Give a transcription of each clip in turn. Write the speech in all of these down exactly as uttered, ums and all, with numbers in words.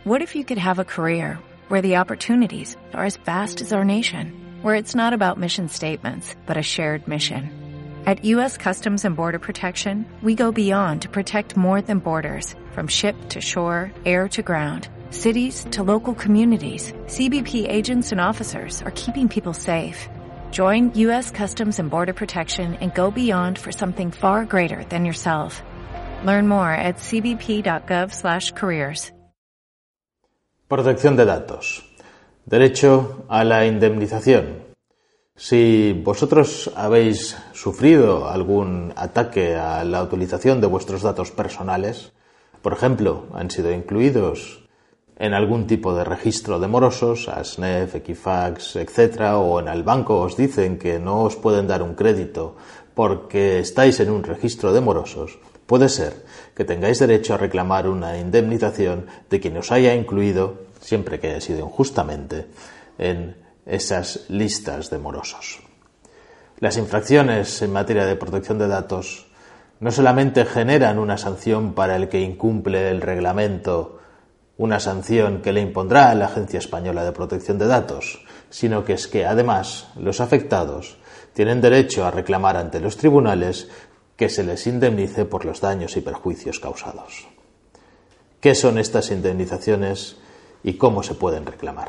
What if you could have a career where the opportunities are as vast as our nation, where it's not about mission statements, but a shared mission? At U S Customs and Border Protection, we go beyond to protect more than borders, from ship to shore, air to ground, cities to local communities. C B P agents and officers are keeping people safe. Join U S Customs and Border Protection and go beyond for something far greater than yourself. Learn more at c b p dot gov slash careers. Protección de datos. Derecho a la indemnización. Si vosotros habéis sufrido algún ataque a la utilización de vuestros datos personales, por ejemplo, han sido incluidos en algún tipo de registro de morosos, A S N E F, Equifax, etcétera, o en el banco os dicen que no os pueden dar un crédito porque estáis en un registro de morosos, puede ser que tengáis derecho a reclamar una indemnización de quien os haya incluido, siempre que haya sido injustamente, en esas listas de morosos. Las infracciones en materia de protección de datos no solamente generan una sanción para el que incumple el reglamento, una sanción que le impondrá a la Agencia Española de Protección de Datos, sino que es que además los afectados tienen derecho a reclamar ante los tribunales que se les indemnice por los daños y perjuicios causados. ¿Qué son estas indemnizaciones y cómo se pueden reclamar?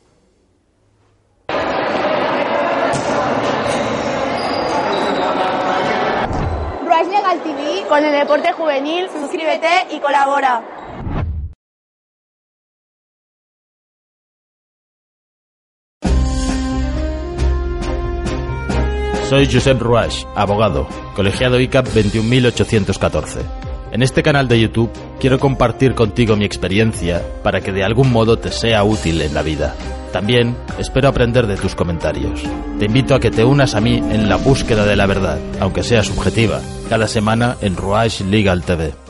Rush Legal T V, con el deporte juvenil, suscríbete y colabora. Soy Josep Ruaix, abogado, colegiado I C A P veintiún mil ochocientos catorce. En este canal de YouTube quiero compartir contigo mi experiencia para que de algún modo te sea útil en la vida. También espero aprender de tus comentarios. Te invito a que te unas a mí en la búsqueda de la verdad, aunque sea subjetiva, cada semana en Ruaix Legal T V.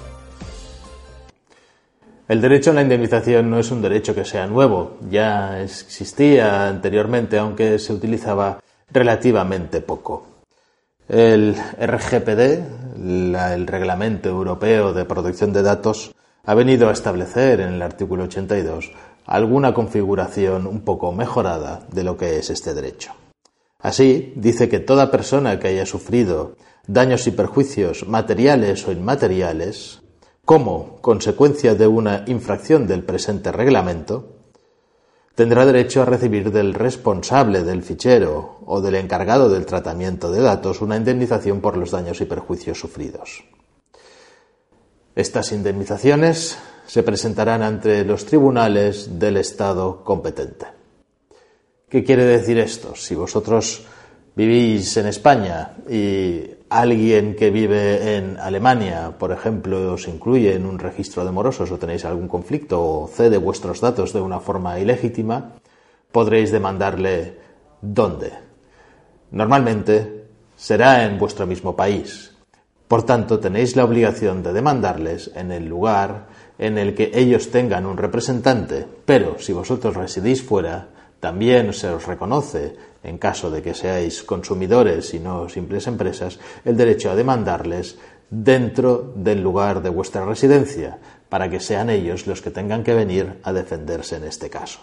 El derecho a la indemnización no es un derecho que sea nuevo, ya existía anteriormente, aunque se utilizaba relativamente poco. El R G P D, la, el Reglamento Europeo de Protección de Datos, ha venido a establecer en el artículo ochenta y dos alguna configuración un poco mejorada de lo que es este derecho. Así, dice que toda persona que haya sufrido daños y perjuicios materiales o inmateriales, como consecuencia de una infracción del presente reglamento, tendrá derecho a recibir del responsable del fichero o del encargado del tratamiento de datos una indemnización por los daños y perjuicios sufridos. Estas indemnizaciones se presentarán ante los tribunales del Estado competente. ¿Qué quiere decir esto? Si vosotros vivís en España y alguien que vive en Alemania, por ejemplo, os incluye en un registro de morosos o tenéis algún conflicto o cede vuestros datos de una forma ilegítima, podréis demandarle ¿dónde? Normalmente será en vuestro mismo país. Por tanto, tenéis la obligación de demandarles en el lugar en el que ellos tengan un representante, pero si vosotros residís fuera, también se os reconoce, en caso de que seáis consumidores y no simples empresas, el derecho a demandarles dentro del lugar de vuestra residencia, para que sean ellos los que tengan que venir a defenderse en este caso.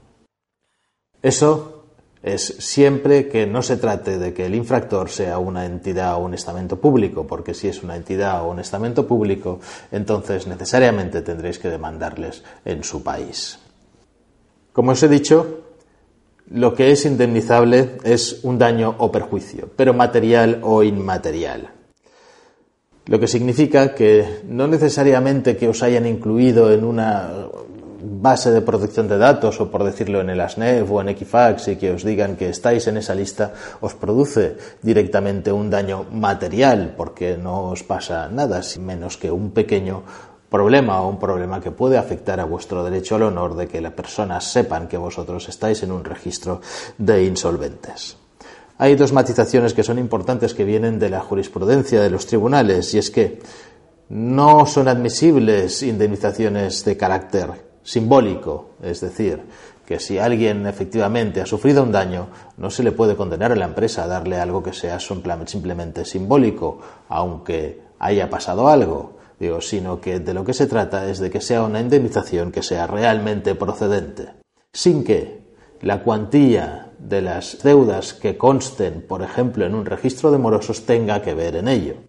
Eso es siempre que no se trate de que el infractor sea una entidad o un estamento público, porque si es una entidad o un estamento público, entonces necesariamente tendréis que demandarles en su país. Como os he dicho, lo que es indemnizable es un daño o perjuicio, pero material o inmaterial. Lo que significa que no necesariamente que os hayan incluido en una base de protección de datos o, por decirlo, en el A S N E F o en Equifax y que os digan que estáis en esa lista os produce directamente un daño material, porque no os pasa nada, menos que un pequeño problema o un problema que puede afectar a vuestro derecho al honor de que las personas sepan que vosotros estáis en un registro de insolventes. Hay dos matizaciones que son importantes que vienen de la jurisprudencia de los tribunales, y es que no son admisibles indemnizaciones de carácter simbólico, es decir, que si alguien efectivamente ha sufrido un daño, no se le puede condenar a la empresa a darle algo que sea simplemente simbólico, aunque haya pasado algo. digo, sino que de lo que se trata es de que sea una indemnización que sea realmente procedente, sin que la cuantía de las deudas que consten, por ejemplo, en un registro de morosos tenga que ver en ello.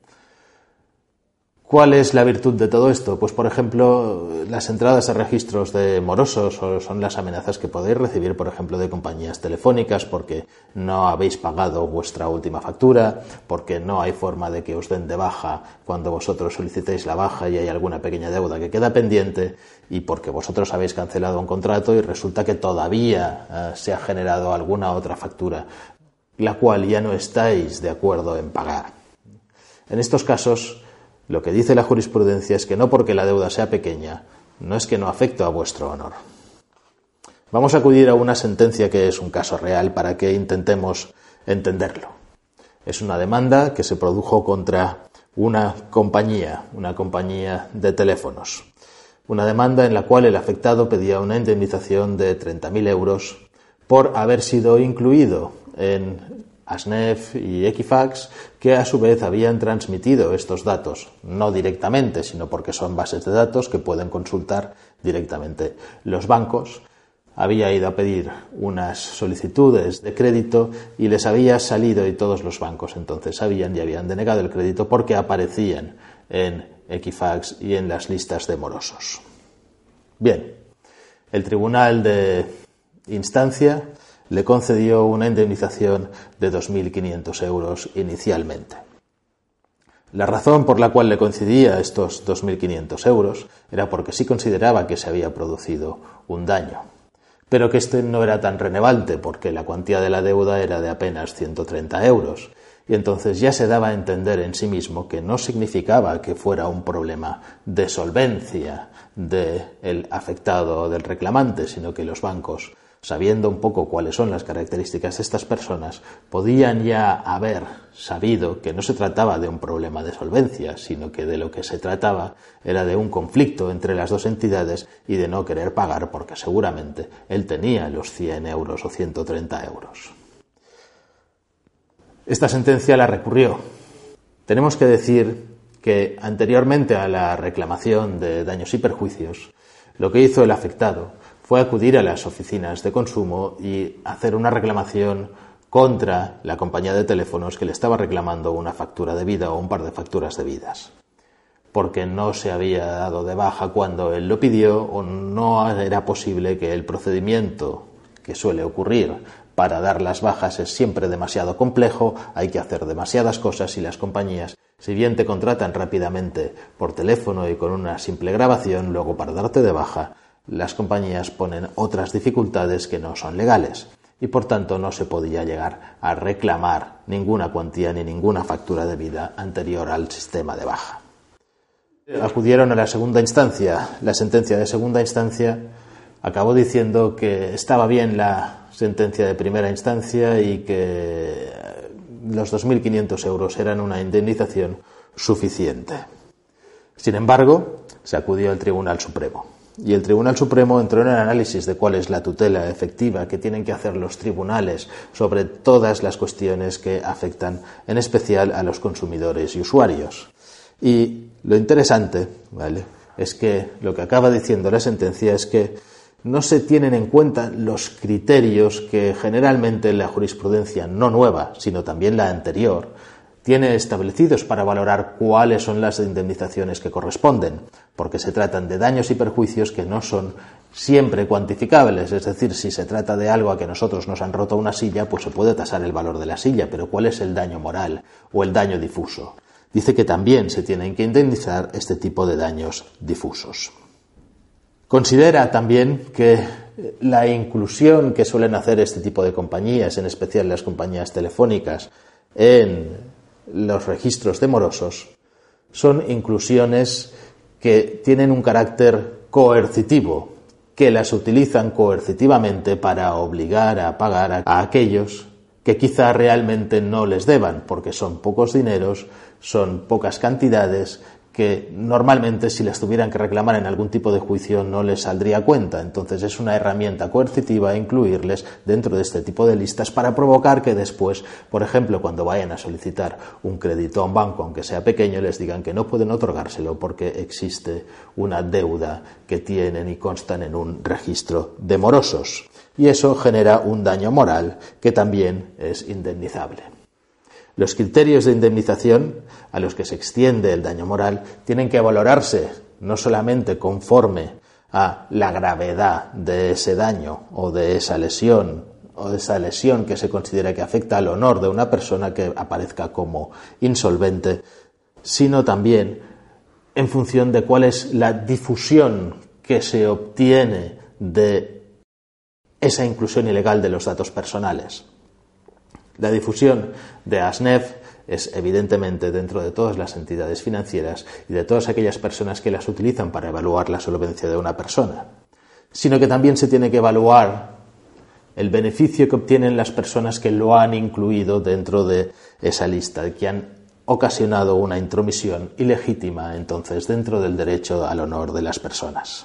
¿Cuál es la virtud de todo esto? Pues, por ejemplo, las entradas a registros de morosos son las amenazas que podéis recibir, por ejemplo, de compañías telefónicas porque no habéis pagado vuestra última factura, porque no hay forma de que os den de baja cuando vosotros solicitéis la baja y hay alguna pequeña deuda que queda pendiente, y porque vosotros habéis cancelado un contrato y resulta que todavía eh, se ha generado alguna otra factura, la cual ya no estáis de acuerdo en pagar. En estos casos, lo que dice la jurisprudencia es que no porque la deuda sea pequeña, no es que no afecte a vuestro honor. Vamos a acudir a una sentencia que es un caso real para que intentemos entenderlo. Es una demanda que se produjo contra una compañía, una compañía de teléfonos. Una demanda en la cual el afectado pedía una indemnización de treinta mil euros por haber sido incluido en ASNEF y Equifax, que a su vez habían transmitido estos datos, no directamente, sino porque son bases de datos que pueden consultar directamente los bancos. Había ido a pedir unas solicitudes de crédito y les había salido, y todos los bancos entonces sabían y habían denegado el crédito porque aparecían en Equifax y en las listas de morosos. Bien, el Tribunal de Instancia le concedió una indemnización de dos mil quinientos euros inicialmente. La razón por la cual le concedía estos dos mil quinientos euros era porque sí consideraba que se había producido un daño, pero que este no era tan relevante porque la cuantía de la deuda era de apenas ciento treinta euros, y entonces ya se daba a entender en sí mismo que no significaba que fuera un problema de solvencia del afectado o del reclamante, sino que los bancos, sabiendo un poco cuáles son las características de estas personas, podían ya haber sabido que no se trataba de un problema de solvencia, sino que de lo que se trataba era de un conflicto entre las dos entidades y de no querer pagar porque seguramente él tenía los cien euros o ciento treinta euros. Esta sentencia la recurrió. Tenemos que decir que anteriormente a la reclamación de daños y perjuicios, lo que hizo el afectado fue acudir a las oficinas de consumo y hacer una reclamación contra la compañía de teléfonos que le estaba reclamando una factura debida o un par de facturas debidas, porque no se había dado de baja cuando él lo pidió, o no era posible, que el procedimiento que suele ocurrir para dar las bajas es siempre demasiado complejo, hay que hacer demasiadas cosas y las compañías, si bien te contratan rápidamente por teléfono y con una simple grabación, luego para darte de baja, las compañías ponen otras dificultades que no son legales y por tanto no se podía llegar a reclamar ninguna cuantía ni ninguna factura debida anterior al sistema de baja. Acudieron a la segunda instancia. La sentencia de segunda instancia acabó diciendo que estaba bien la sentencia de primera instancia y que los dos mil quinientos euros eran una indemnización suficiente. Sin embargo, se acudió al Tribunal Supremo. Y el Tribunal Supremo entró en el análisis de cuál es la tutela efectiva que tienen que hacer los tribunales sobre todas las cuestiones que afectan en especial a los consumidores y usuarios. Y lo interesante, ¿vale?, es que lo que acaba diciendo la sentencia es que no se tienen en cuenta los criterios que generalmente la jurisprudencia no nueva, sino también la anterior, tiene establecidos para valorar cuáles son las indemnizaciones que corresponden, porque se tratan de daños y perjuicios que no son siempre cuantificables, es decir, si se trata de algo a que nosotros nos han roto una silla, pues se puede tasar el valor de la silla, pero ¿cuál es el daño moral o el daño difuso? Dice que también se tienen que indemnizar este tipo de daños difusos. Considera también que la inclusión que suelen hacer este tipo de compañías, en especial las compañías telefónicas, en los registros de morosos, son inclusiones que tienen un carácter coercitivo, que las utilizan coercitivamente para obligar a pagar a, a aquellos que quizá realmente no les deban, porque son pocos dineros, son pocas cantidades que normalmente si las tuvieran que reclamar en algún tipo de juicio no les saldría a cuenta. Entonces es una herramienta coercitiva incluirles dentro de este tipo de listas para provocar que después, por ejemplo, cuando vayan a solicitar un crédito a un banco, aunque sea pequeño, les digan que no pueden otorgárselo porque existe una deuda que tienen y constan en un registro de morosos. Y eso genera un daño moral que también es indemnizable. Los criterios de indemnización a los que se extiende el daño moral tienen que valorarse no solamente conforme a la gravedad de ese daño o de esa lesión o de esa lesión que se considera que afecta al honor de una persona que aparezca como insolvente, sino también en función de cuál es la difusión que se obtiene de esa inclusión ilegal de los datos personales. La difusión de ASNEF es evidentemente dentro de todas las entidades financieras y de todas aquellas personas que las utilizan para evaluar la solvencia de una persona, sino que también se tiene que evaluar el beneficio que obtienen las personas que lo han incluido dentro de esa lista, que han ocasionado una intromisión ilegítima entonces dentro del derecho al honor de las personas.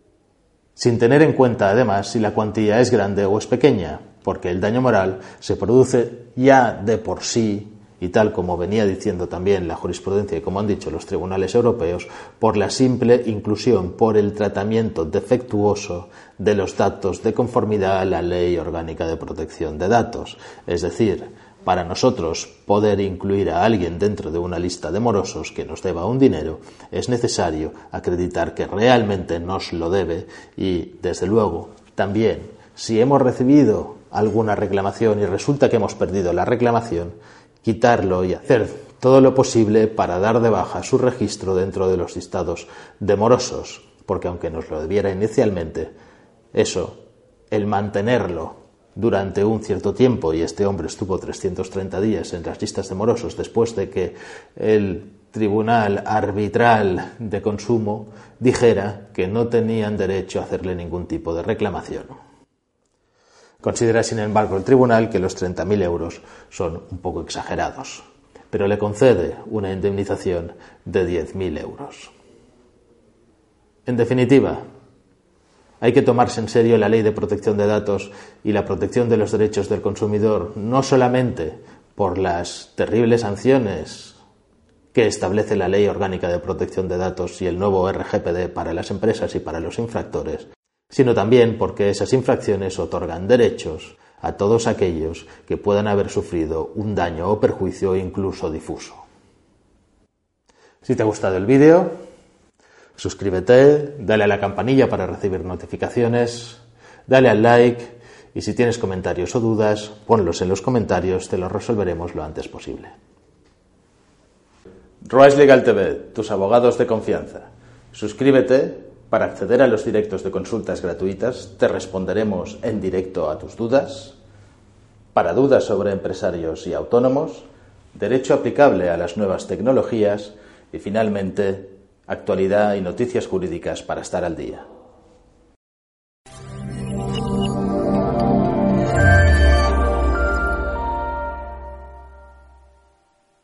Sin tener en cuenta además si la cuantía es grande o es pequeña, porque el daño moral se produce ya de por sí, y tal como venía diciendo también la jurisprudencia y como han dicho los tribunales europeos, por la simple inclusión, por el tratamiento defectuoso de los datos de conformidad a la Ley Orgánica de Protección de Datos. Es decir, para nosotros poder incluir a alguien dentro de una lista de morosos que nos deba un dinero, es necesario acreditar que realmente nos lo debe y, desde luego, también, si hemos recibido alguna reclamación y resulta que hemos perdido la reclamación, quitarlo y hacer todo lo posible para dar de baja su registro dentro de los listados de morosos, porque aunque nos lo debiera inicialmente, eso, el mantenerlo durante un cierto tiempo, y este hombre estuvo trescientos treinta días en las listas de morosos después de que el Tribunal Arbitral de Consumo dijera que no tenían derecho a hacerle ningún tipo de reclamación. Considera, sin embargo, el tribunal que los treinta mil euros son un poco exagerados, pero le concede una indemnización de diez mil euros. En definitiva, hay que tomarse en serio la Ley de Protección de Datos y la protección de los derechos del consumidor, no solamente por las terribles sanciones que establece la Ley Orgánica de Protección de Datos y el nuevo R G P D para las empresas y para los infractores, sino también porque esas infracciones otorgan derechos a todos aquellos que puedan haber sufrido un daño o perjuicio incluso difuso. Si te ha gustado el vídeo, suscríbete, dale a la campanilla para recibir notificaciones, dale al like y si tienes comentarios o dudas, ponlos en los comentarios, te los resolveremos lo antes posible. Ruach Legal T V, tus abogados de confianza. Suscríbete para acceder a los directos de consultas gratuitas, te responderemos en directo a tus dudas. Para dudas sobre empresarios y autónomos, derecho aplicable a las nuevas tecnologías y finalmente actualidad y noticias jurídicas para estar al día.